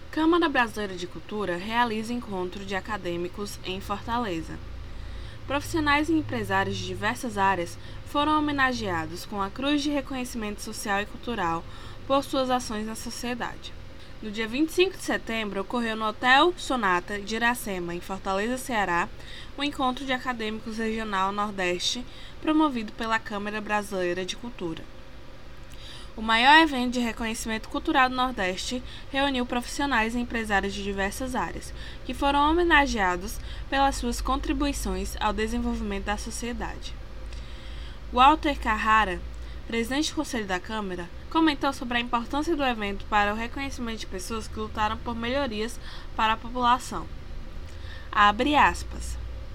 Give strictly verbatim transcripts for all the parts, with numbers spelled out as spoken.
Câmara Brasileira de Cultura realiza encontro de acadêmicos em Fortaleza. Profissionais e empresários de diversas áreas foram homenageados com a Cruz de Reconhecimento Social e Cultural por suas ações na sociedade. No dia vinte e cinco de setembro, ocorreu no Hotel Sonata de Iracema, em Fortaleza, Ceará, o encontro de acadêmicos regional Nordeste, promovido pela Câmara Brasileira de Cultura. O maior evento de reconhecimento cultural do Nordeste reuniu profissionais e empresários de diversas áreas, que foram homenageados pelas suas contribuições ao desenvolvimento da sociedade. Walter Carrara, presidente do Conselho da Câmara, comentou sobre a importância do evento para o reconhecimento de pessoas que lutaram por melhorias para a população. Abre aspas.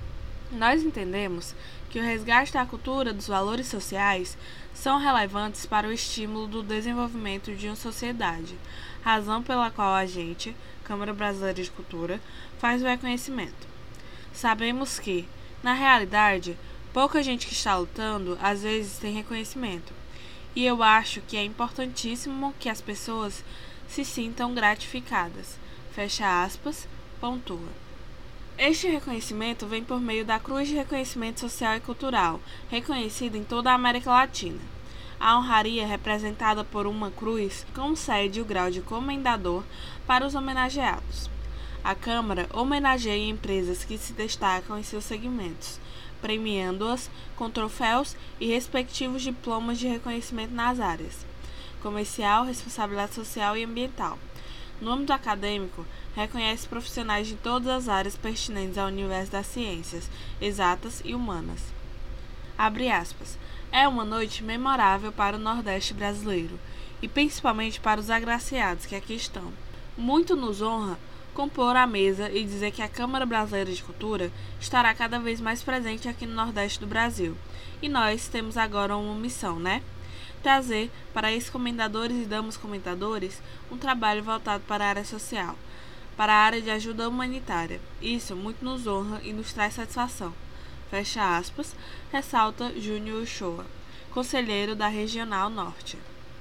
Nós entendemos que o resgate da cultura dos valores sociais são relevantes para o estímulo do desenvolvimento de uma sociedade, razão pela qual a gente, Câmara Brasileira de Cultura, faz o reconhecimento. Sabemos que, na realidade, pouca gente que está lutando às vezes tem reconhecimento, e eu acho que é importantíssimo que as pessoas se sintam gratificadas. Fecha aspas, pontua. Este reconhecimento vem por meio da Cruz de Reconhecimento Social e Cultural, reconhecida em toda a América Latina. A honraria é representada por uma cruz concede o grau de comendador para os homenageados. A Câmara homenageia empresas que se destacam em seus segmentos, premiando-as com troféus e respectivos diplomas de reconhecimento nas áreas comercial, responsabilidade social e ambiental. No âmbito acadêmico, reconhece profissionais de todas as áreas pertinentes ao universo das ciências, exatas e humanas. Abre aspas. É uma noite memorável para o Nordeste brasileiro, e principalmente para os agraciados que aqui estão. Muito nos honra compor a mesa e dizer que a Câmara Brasileira de Cultura estará cada vez mais presente aqui no Nordeste do Brasil. E nós temos agora uma missão, né? Trazer para ex-comendadores e damas comentadores um trabalho voltado para a área social, para a área de ajuda humanitária. Isso muito nos honra e nos traz satisfação. Fecha aspas, ressalta Júnior Uchoa, conselheiro da Regional Norte.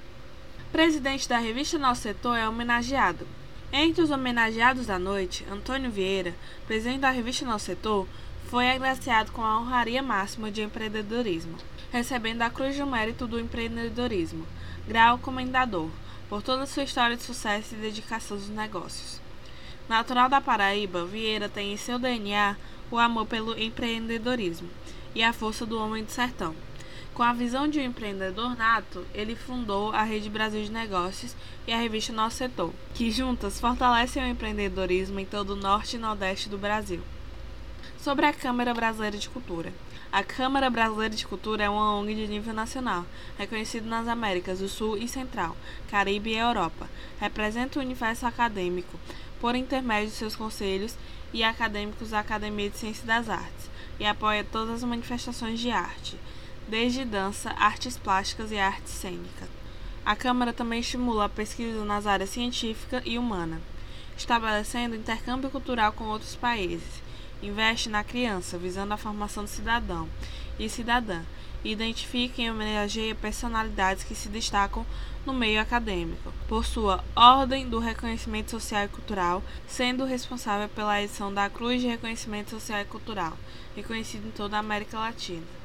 Presidente da revista Nosso Setor é homenageado. Entre os homenageados da noite, Antônio Vieira, presidente da revista Nosso Setor, foi agraciado com a honraria máxima de empreendedorismo, recebendo a Cruz do Mérito do Empreendedorismo, grau comendador, por toda a sua história de sucesso e dedicação aos negócios. Natural da Paraíba, Vieira tem em seu D N A o amor pelo empreendedorismo e a força do homem do sertão. Com a visão de um empreendedor nato, ele fundou a Rede Brasil de Negócios e a revista Nosso Setor, que juntas fortalecem o empreendedorismo em todo o norte e nordeste do Brasil. Sobre a Câmara Brasileira de Cultura. A Câmara Brasileira de Cultura é uma O N G de nível nacional, reconhecida nas Américas do Sul e Central, Caribe e Europa. Representa o universo acadêmico, por intermédio de seus conselhos e acadêmicos da Academia de Ciências das Artes, e apoia todas as manifestações de arte, desde dança, artes plásticas e arte cênica. A Câmara também estimula a pesquisa nas áreas científica e humana, estabelecendo intercâmbio cultural com outros países. Investe na criança, visando a formação do cidadão e cidadã, e identifica e homenageia personalidades que se destacam no meio acadêmico, por sua Ordem do Reconhecimento Social e Cultural, sendo responsável pela edição da Cruz de Reconhecimento Social e Cultural, reconhecida em toda a América Latina.